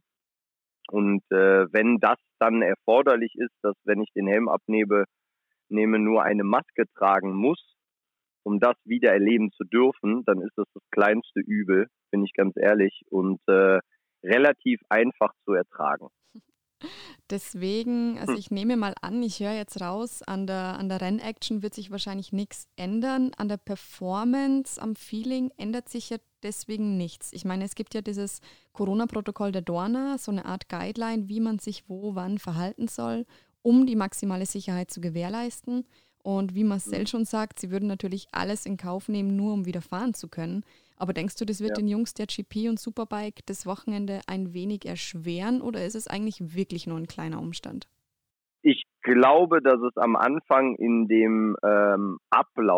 S4: Und äh, wenn das dann erforderlich ist, dass wenn ich den Helm abnehme, nehme nur eine Maske tragen muss, um das wieder erleben zu dürfen, dann ist das das kleinste Übel, bin ich ganz ehrlich, und äh, relativ einfach zu ertragen.
S2: Deswegen, also ich nehme mal an, ich höre jetzt raus, an der, an der Rennaction wird sich wahrscheinlich nichts ändern. An der Performance, am Feeling ändert sich ja deswegen nichts. Ich meine, es gibt ja dieses Corona-Protokoll der Dorna, so eine Art Guideline, wie man sich wo, wann verhalten soll, um die maximale Sicherheit zu gewährleisten. Und wie Marcel schon sagt, sie würden natürlich alles in Kauf nehmen, nur um wieder fahren zu können. Aber denkst du, das wird ja. den Jungs der G P und Superbike das Wochenende ein wenig erschweren oder ist es eigentlich wirklich nur ein kleiner Umstand?
S4: Ich glaube, dass es am Anfang in dem ähm, Ablauf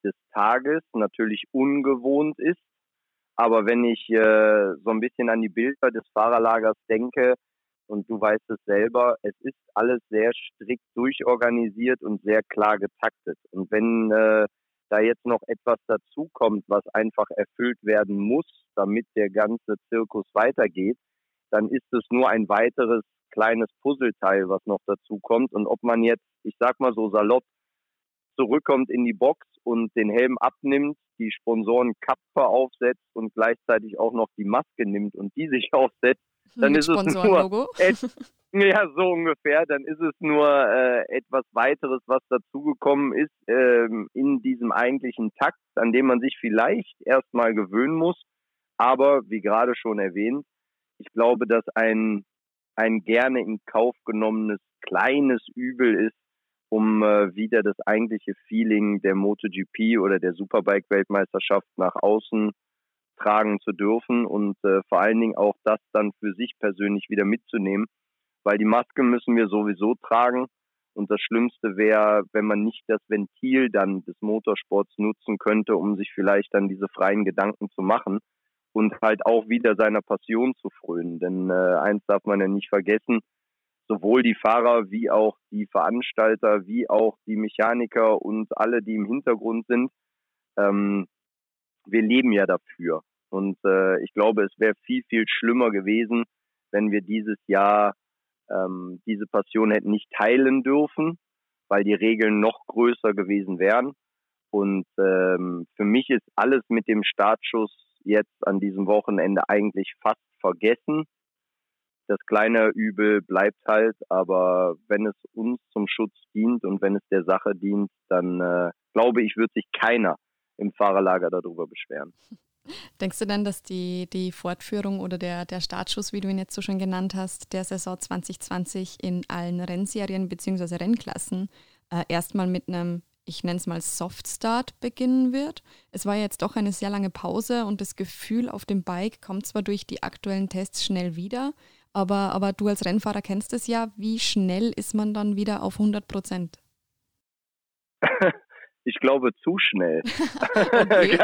S4: des Tages natürlich ungewohnt ist. Aber wenn ich äh, so ein bisschen an die Bilder des Fahrerlagers denke, und du weißt es selber, es ist alles sehr strikt durchorganisiert und sehr klar getaktet. Und wenn äh, da jetzt noch etwas dazukommt, was einfach erfüllt werden muss, damit der ganze Zirkus weitergeht, dann ist es nur ein weiteres kleines Puzzleteil, was noch dazukommt. Und ob man jetzt, ich sag mal so salopp, zurückkommt in die Box und den Helm abnimmt, die Sponsorenkappe aufsetzt und gleichzeitig auch noch die Maske nimmt und die sich aufsetzt, dann
S2: Mit
S4: ist es nur et- ja so ungefähr, dann ist es nur äh, etwas weiteres, was dazugekommen ist ähm, in diesem eigentlichen Takt, an dem man sich vielleicht erstmal gewöhnen muss. Aber wie gerade schon erwähnt, ich glaube, dass ein ein gerne in Kauf genommenes kleines Übel ist, um äh, wieder das eigentliche Feeling der MotoGP oder der Superbike-Weltmeisterschaft nach außen tragen zu dürfen und äh, vor allen Dingen auch das dann für sich persönlich wieder mitzunehmen, weil die Maske müssen wir sowieso tragen und das Schlimmste wäre, wenn man nicht das Ventil dann des Motorsports nutzen könnte, um sich vielleicht dann diese freien Gedanken zu machen und halt auch wieder seiner Passion zu frönen, denn äh, eins darf man ja nicht vergessen, sowohl die Fahrer wie auch die Veranstalter, wie auch die Mechaniker und alle, die im Hintergrund sind, ähm, wir leben ja dafür. Und äh, ich glaube, es wäre viel, viel schlimmer gewesen, wenn wir dieses Jahr ähm, diese Passion hätten nicht teilen dürfen, weil die Regeln noch größer gewesen wären. Und ähm, für mich ist alles mit dem Startschuss jetzt an diesem Wochenende eigentlich fast vergessen. Das kleine Übel bleibt halt, aber wenn es uns zum Schutz dient und wenn es der Sache dient, dann äh, glaube ich, wird sich keiner im Fahrerlager darüber beschweren.
S2: Denkst du denn, dass die, die Fortführung oder der, der Startschuss, wie du ihn jetzt so schon genannt hast, der Saison zwanzig zwanzig in allen Rennserien bzw. Rennklassen äh, erstmal mit einem, ich nenne es mal Softstart beginnen wird? Es war ja jetzt doch eine sehr lange Pause und das Gefühl auf dem Bike kommt zwar durch die aktuellen Tests schnell wieder, aber, aber du als Rennfahrer kennst es ja. Wie schnell ist man dann wieder auf hundert Prozent?
S4: Ich glaube, zu schnell.
S2: Okay.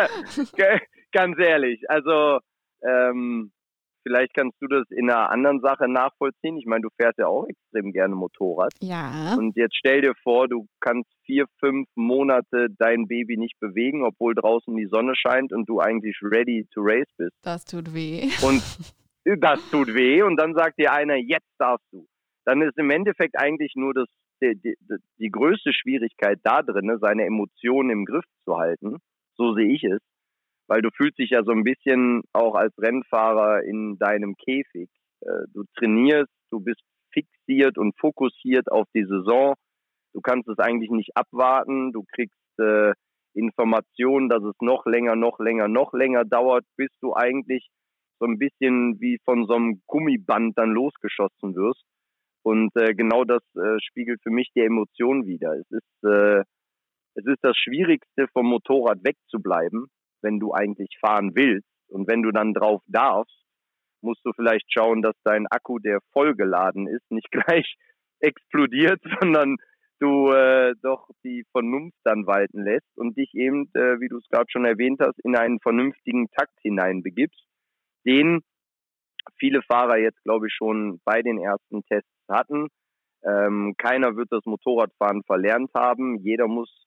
S4: Ganz ehrlich. Also, ähm, vielleicht kannst du das in einer anderen Sache nachvollziehen. Ich meine, du fährst ja auch extrem gerne Motorrad.
S2: Ja.
S4: Und jetzt stell dir vor, du kannst vier, fünf Monate dein Baby nicht bewegen, obwohl draußen die Sonne scheint und du eigentlich ready to race bist.
S2: Das tut weh.
S4: Und das tut weh und dann sagt dir einer, jetzt darfst du. Dann ist im Endeffekt eigentlich nur das, die, die, die größte Schwierigkeit da drin, seine Emotionen im Griff zu halten. So sehe ich es. Weil du fühlst dich ja so ein bisschen auch als Rennfahrer in deinem Käfig. Du trainierst, du bist fixiert und fokussiert auf die Saison. Du kannst es eigentlich nicht abwarten. Du kriegst äh, Informationen, dass es noch länger, noch länger, noch länger dauert, bis du eigentlich so ein bisschen wie von so einem Gummiband dann losgeschossen wirst. Und äh, genau das äh, spiegelt für mich die Emotion wider. Es ist, äh, es ist das Schwierigste, vom Motorrad wegzubleiben, wenn du eigentlich fahren willst. Und wenn du dann drauf darfst, musst du vielleicht schauen, dass dein Akku, der vollgeladen ist, nicht gleich explodiert, sondern du äh, doch die Vernunft dann walten lässt und dich eben, äh, wie du es gerade schon erwähnt hast, in einen vernünftigen Takt hineinbegibst, den viele Fahrer jetzt, glaube ich, schon bei den ersten Tests hatten. Ähm, keiner wird das Motorradfahren verlernt haben. Jeder muss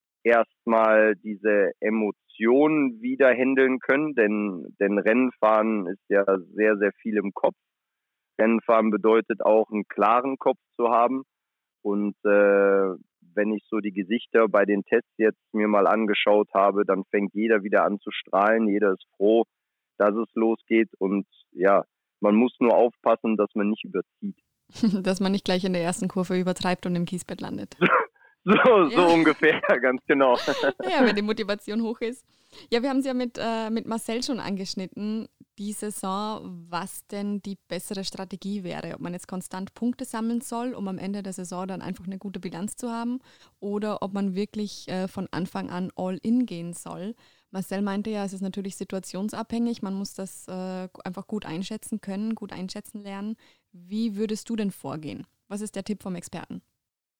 S4: erstmal diese Emotionen wieder handeln können, denn, denn Rennfahren ist ja sehr, sehr viel im Kopf. Rennfahren bedeutet auch, einen klaren Kopf zu haben. Und äh, wenn ich so die Gesichter bei den Tests jetzt mir mal angeschaut habe, dann fängt jeder wieder an zu strahlen. Jeder ist froh, dass es losgeht. Und ja, man muss nur aufpassen, dass man nicht überzieht.
S2: Dass man nicht gleich in der ersten Kurve übertreibt und im Kiesbett landet.
S4: So, so ja. Ungefähr, ganz genau.
S2: Ja, wenn die Motivation hoch ist. Ja, wir haben es ja mit, äh, mit Marcel schon angeschnitten, die Saison, was denn die bessere Strategie wäre. Ob man jetzt konstant Punkte sammeln soll, um am Ende der Saison dann einfach eine gute Bilanz zu haben, oder ob man wirklich äh, von Anfang an all in gehen soll. Marcel meinte ja, es ist natürlich situationsabhängig, man muss das äh, einfach gut einschätzen können, gut einschätzen lernen. Wie würdest du denn vorgehen? Was ist der Tipp vom Experten?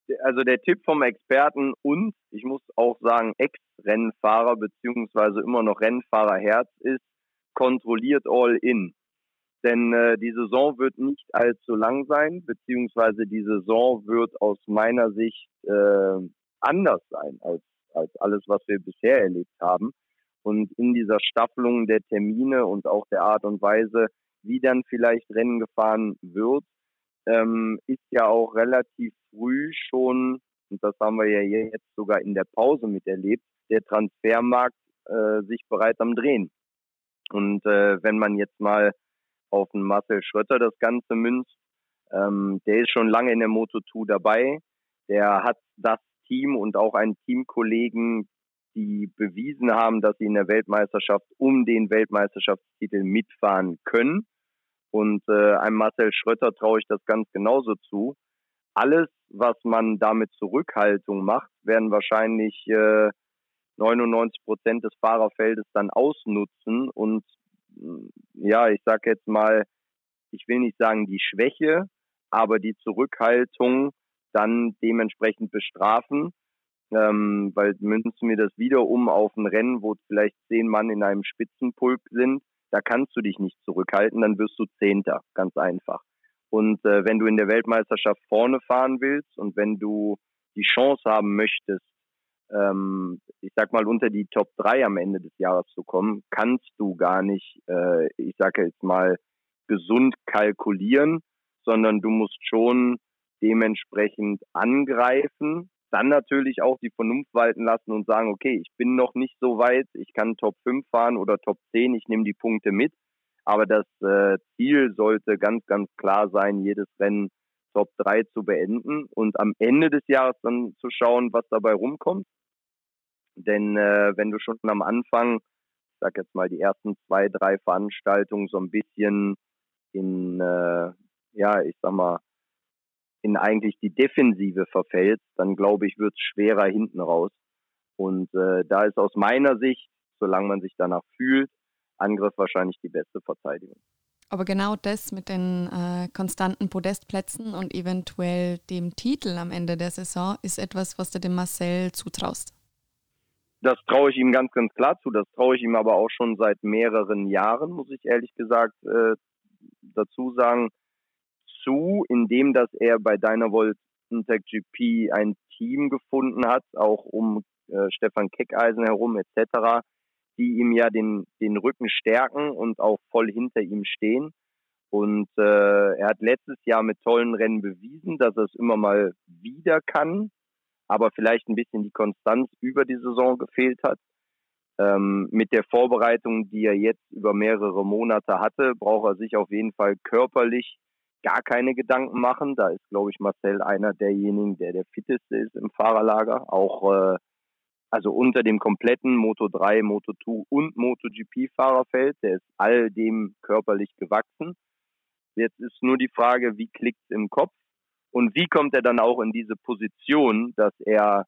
S4: Also der Tipp vom Experten und, ich muss auch sagen, Ex-Rennfahrer beziehungsweise immer noch Rennfahrerherz ist, kontrolliert all in. Denn äh, die Saison wird nicht allzu lang sein, beziehungsweise die Saison wird aus meiner Sicht äh, anders sein als, als alles, was wir bisher erlebt haben. Und in dieser Staffelung der Termine und auch der Art und Weise, wie dann vielleicht Rennen gefahren wird, ähm, ist ja auch relativ früh schon, und das haben wir ja jetzt sogar in der Pause miterlebt, der Transfermarkt äh, sich bereits am Drehen. Und äh, wenn man jetzt mal auf den Marcel Schrötter das Ganze münzt, ähm, der ist schon lange in der Moto zwei dabei, der hat das Team und auch einen Teamkollegen, die bewiesen haben, dass sie in der Weltmeisterschaft um den Weltmeisterschaftstitel mitfahren können. Und äh, einem Marcel Schrötter traue ich das ganz genauso zu. Alles, was man da mit Zurückhaltung macht, werden wahrscheinlich äh, neunundneunzig Prozent des Fahrerfeldes dann ausnutzen. Und ja, ich sage jetzt mal, ich will nicht sagen die Schwäche, aber die Zurückhaltung dann dementsprechend bestrafen. Ähm, weil münzen wir das wieder um auf ein Rennen, wo vielleicht zehn Mann in einem Spitzenpulk sind, da kannst du dich nicht zurückhalten, dann wirst du Zehnter, ganz einfach. Und äh, wenn du in der Weltmeisterschaft vorne fahren willst und wenn du die Chance haben möchtest, ähm, ich sag mal unter die Top drei am Ende des Jahres zu kommen, kannst du gar nicht, äh, ich sage jetzt mal, gesund kalkulieren, sondern du musst schon dementsprechend angreifen, dann natürlich auch die Vernunft walten lassen und sagen, okay, ich bin noch nicht so weit, ich kann Top fünf fahren oder Top zehn, ich nehme die Punkte mit, aber das äh, Ziel sollte ganz, ganz klar sein, jedes Rennen Top drei zu beenden und am Ende des Jahres dann zu schauen, was dabei rumkommt. Denn äh, wenn du schon am Anfang, ich sag jetzt mal die ersten zwei, drei Veranstaltungen so ein bisschen in, äh, ja, ich sag mal, in eigentlich die Defensive verfällt, dann glaube ich, wird es schwerer hinten raus. Und äh, da ist aus meiner Sicht, solange man sich danach fühlt, Angriff wahrscheinlich die beste Verteidigung.
S2: Aber genau das mit den äh, konstanten Podestplätzen und eventuell dem Titel am Ende der Saison ist etwas, was du dem Marcel zutraust.
S4: Das traue ich ihm ganz, ganz klar zu. Das traue ich ihm aber auch schon seit mehreren Jahren, muss ich ehrlich gesagt äh, dazu sagen, zu, indem dass er bei Dynavolt G P ein Team gefunden hat, auch um äh, Stefan Keckeisen herum et cetera, die ihm ja den, den Rücken stärken und auch voll hinter ihm stehen. Und äh, er hat letztes Jahr mit tollen Rennen bewiesen, dass er es immer mal wieder kann, aber vielleicht ein bisschen die Konstanz über die Saison gefehlt hat. Ähm, mit der Vorbereitung, die er jetzt über mehrere Monate hatte, braucht er sich auf jeden Fall körperlich gar keine Gedanken machen. Da ist, glaube ich, Marcel einer derjenigen, der der fitteste ist im Fahrerlager. Auch äh, also unter dem kompletten Moto drei, Moto zwei und MotoGP-Fahrerfeld. Der ist all dem körperlich gewachsen. Jetzt ist nur die Frage, wie klickt es im Kopf und wie kommt er dann auch in diese Position, dass er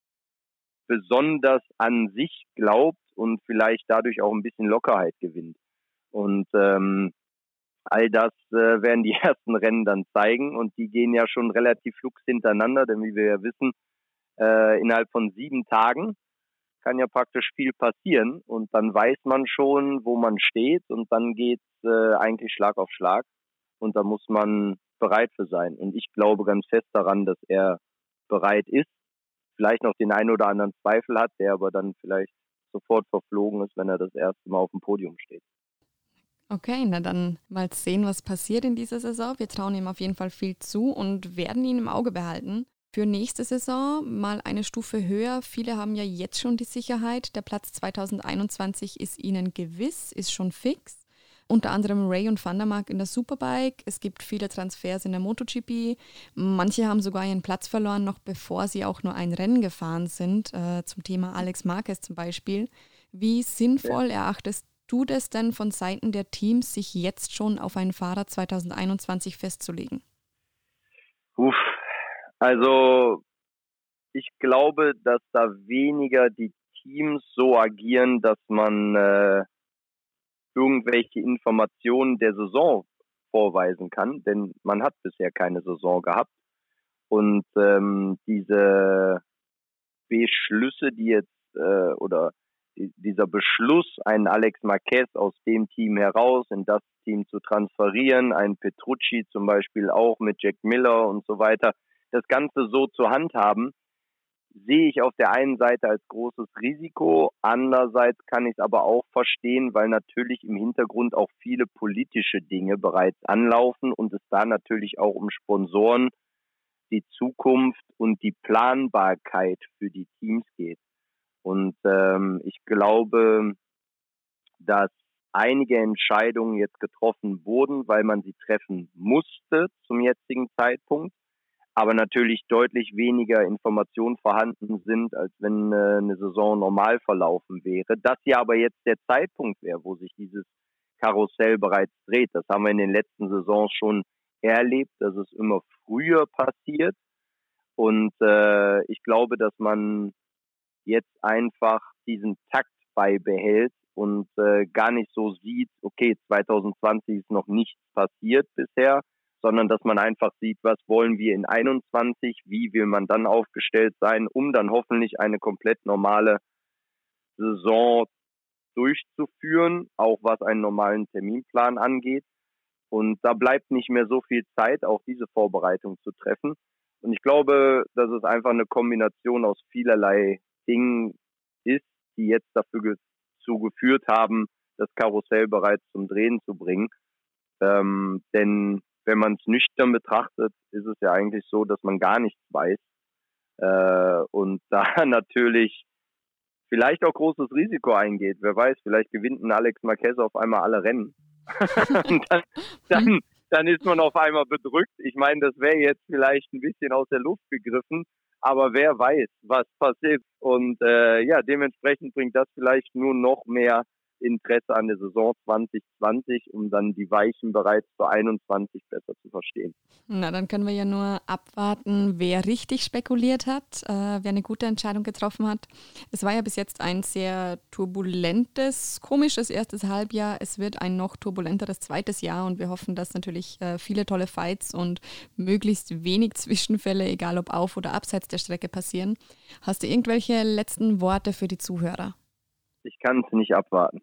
S4: besonders an sich glaubt und vielleicht dadurch auch ein bisschen Lockerheit gewinnt. Und ähm, all das äh, werden die ersten Rennen dann zeigen und die gehen ja schon relativ flugs hintereinander, denn wie wir ja wissen, äh, innerhalb von sieben Tagen kann ja praktisch viel passieren und dann weiß man schon, wo man steht und dann geht's äh, eigentlich Schlag auf Schlag und da muss man bereit für sein. Und ich glaube ganz fest daran, dass er bereit ist, vielleicht noch den einen oder anderen Zweifel hat, der aber dann vielleicht sofort verflogen ist, wenn er das erste Mal auf dem Podium steht.
S2: Okay, na dann mal sehen, was passiert in dieser Saison. Wir trauen ihm auf jeden Fall viel zu und werden ihn im Auge behalten. Für nächste Saison mal eine Stufe höher. Viele haben ja jetzt schon die Sicherheit. Der Platz zwanzig einundzwanzig ist ihnen gewiss, ist schon fix. Unter anderem Ray und Van der Mark in der Superbike. Es gibt viele Transfers in der MotoGP. Manche haben sogar ihren Platz verloren, noch bevor sie auch nur ein Rennen gefahren sind. Äh, zum Thema Alex Marquez zum Beispiel. Wie sinnvoll erachtest du das denn von Seiten der Teams, sich jetzt schon auf einen Fahrer zwanzig einundzwanzig festzulegen?
S4: Uff, also ich glaube, dass da weniger die Teams so agieren, dass man äh, irgendwelche Informationen der Saison vorweisen kann, denn man hat bisher keine Saison gehabt. Und ähm, diese Beschlüsse, die jetzt äh, oder die, dieser Beschluss, einen Alex Marquez aus dem Team heraus in das Team zu transferieren, einen Petrucci zum Beispiel auch mit Jack Miller und so weiter, das Ganze so zu handhaben, sehe ich auf der einen Seite als großes Risiko. Andererseits kann ich es aber auch verstehen, weil natürlich im Hintergrund auch viele politische Dinge bereits anlaufen und es da natürlich auch um Sponsoren, die Zukunft und die Planbarkeit für die Teams geht. Und ähm, ich glaube, dass einige Entscheidungen jetzt getroffen wurden, weil man sie treffen musste zum jetzigen Zeitpunkt, aber natürlich deutlich weniger Informationen vorhanden sind, als wenn äh, eine Saison normal verlaufen wäre. Das ja aber jetzt der Zeitpunkt wäre, wo sich dieses Karussell bereits dreht. Das haben wir in den letzten Saisons schon erlebt, dass es immer früher passiert. Und äh, ich glaube, dass man jetzt einfach diesen Takt beibehält und äh, gar nicht so sieht, okay, zwanzig zwanzig ist noch nichts passiert bisher, sondern dass man einfach sieht, was wollen wir in einundzwanzig, wie will man dann aufgestellt sein, um dann hoffentlich eine komplett normale Saison durchzuführen, auch was einen normalen Terminplan angeht. Und da bleibt nicht mehr so viel Zeit, auch diese Vorbereitung zu treffen. Und ich glaube, dass es einfach eine Kombination aus vielerlei Dingen ist, die jetzt dafür dazu geführt haben, das Karussell bereits zum Drehen zu bringen. Ähm, denn wenn man es nüchtern betrachtet, ist es ja eigentlich so, dass man gar nichts weiß. Äh, und da natürlich vielleicht auch großes Risiko eingeht. Wer weiß, vielleicht gewinnt ein Alex Marquez auf einmal alle Rennen. Und dann, dann, dann ist man auf einmal bedrückt. Ich meine, das wäre jetzt vielleicht ein bisschen aus der Luft gegriffen, aber wer weiß, was passiert. Und äh, ja, dementsprechend bringt das vielleicht nur noch mehr Interesse an der Saison zwanzig zwanzig, um dann die Weichen bereits für einundzwanzig besser zu verstehen.
S2: Na, dann können wir ja nur abwarten, wer richtig spekuliert hat, äh, wer eine gute Entscheidung getroffen hat. Es war ja bis jetzt ein sehr turbulentes, komisches erstes Halbjahr. Es wird ein noch turbulenteres zweites Jahr und wir hoffen, dass natürlich äh, viele tolle Fights und möglichst wenig Zwischenfälle, egal ob auf- oder abseits der Strecke, passieren. Hast du irgendwelche letzten Worte für die Zuhörer?
S4: Ich kann es nicht abwarten.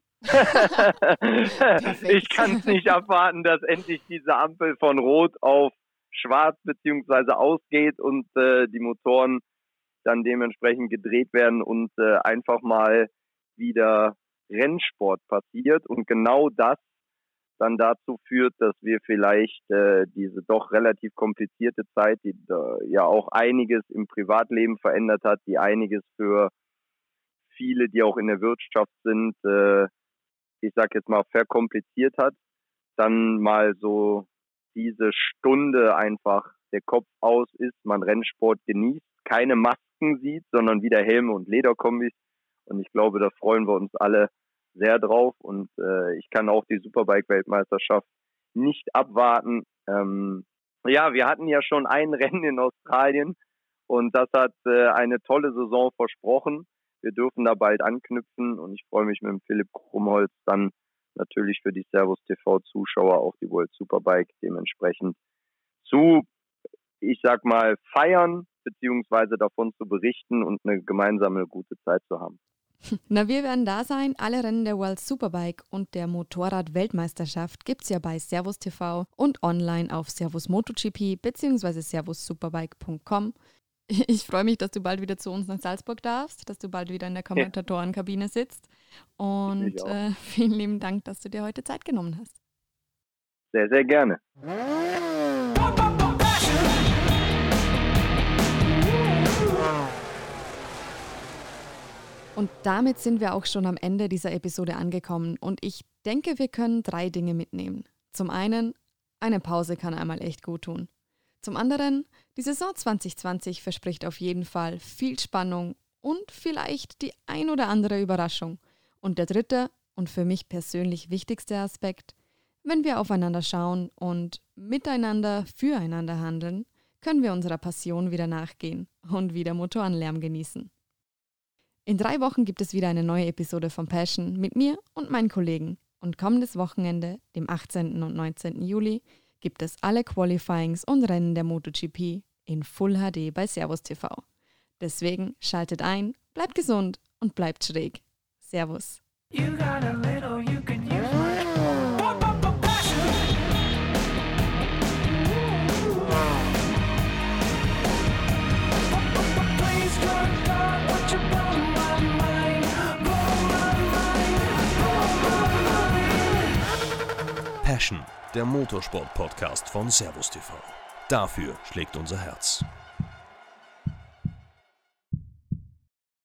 S4: Ich kann es nicht abwarten, dass endlich diese Ampel von Rot auf Schwarz beziehungsweise ausgeht und äh, die Motoren dann dementsprechend gedreht werden und äh, einfach mal wieder Rennsport passiert und genau das dann dazu führt, dass wir vielleicht äh, diese doch relativ komplizierte Zeit, die äh, ja auch einiges im Privatleben verändert hat, die einiges für viele, die auch in der Wirtschaft sind, äh, ich sag jetzt mal, verkompliziert hat, dann mal so diese Stunde einfach der Kopf aus ist, man Rennsport genießt, keine Masken sieht, sondern wieder Helme und Lederkombis. Und ich glaube, da freuen wir uns alle sehr drauf. Und äh, ich kann auch die Superbike-Weltmeisterschaft nicht abwarten. Ähm, ja, wir hatten ja schon ein Rennen in Australien und das hat äh, eine tolle Saison versprochen. Wir dürfen da bald anknüpfen und ich freue mich mit dem Philipp Krumholz dann natürlich für die Servus T V-Zuschauer auch die World Superbike dementsprechend zu, ich sag mal, feiern beziehungsweise davon zu berichten und eine gemeinsame gute Zeit zu haben.
S2: Na, wir werden da sein. Alle Rennen der World Superbike und der Motorrad-Weltmeisterschaft gibt es ja bei Servus T V und online auf Servus MotoGP beziehungsweise servus superbike punkt com. Ich freue mich, dass du bald wieder zu uns nach Salzburg darfst, dass du bald wieder in der Kommentatorenkabine sitzt. Und äh, vielen lieben Dank, dass du dir heute Zeit genommen hast.
S4: Sehr, sehr gerne.
S2: Und damit sind wir auch schon am Ende dieser Episode angekommen. Und ich denke, wir können drei Dinge mitnehmen. Zum einen, eine Pause kann einmal echt gut tun. Zum anderen, die Saison zwanzig zwanzig verspricht auf jeden Fall viel Spannung und vielleicht die ein oder andere Überraschung. Und der dritte und für mich persönlich wichtigste Aspekt, wenn wir aufeinander schauen und miteinander füreinander handeln, können wir unserer Passion wieder nachgehen und wieder Motorenlärm genießen. In drei Wochen gibt es wieder eine neue Episode von Passion mit mir und meinen Kollegen. Und kommendes Wochenende, dem achtzehnten und neunzehnten Juli, gibt es alle Qualifyings und Rennen der MotoGP in Full H D bei Servus T V. Deswegen schaltet ein, bleibt gesund und bleibt schräg. Servus. You got a little, you can use my passion. Please God, God, what you blow my mind, blow my mind, blow my mind.
S1: Passion, der Motorsport-Podcast von Servus T V. Dafür schlägt unser Herz.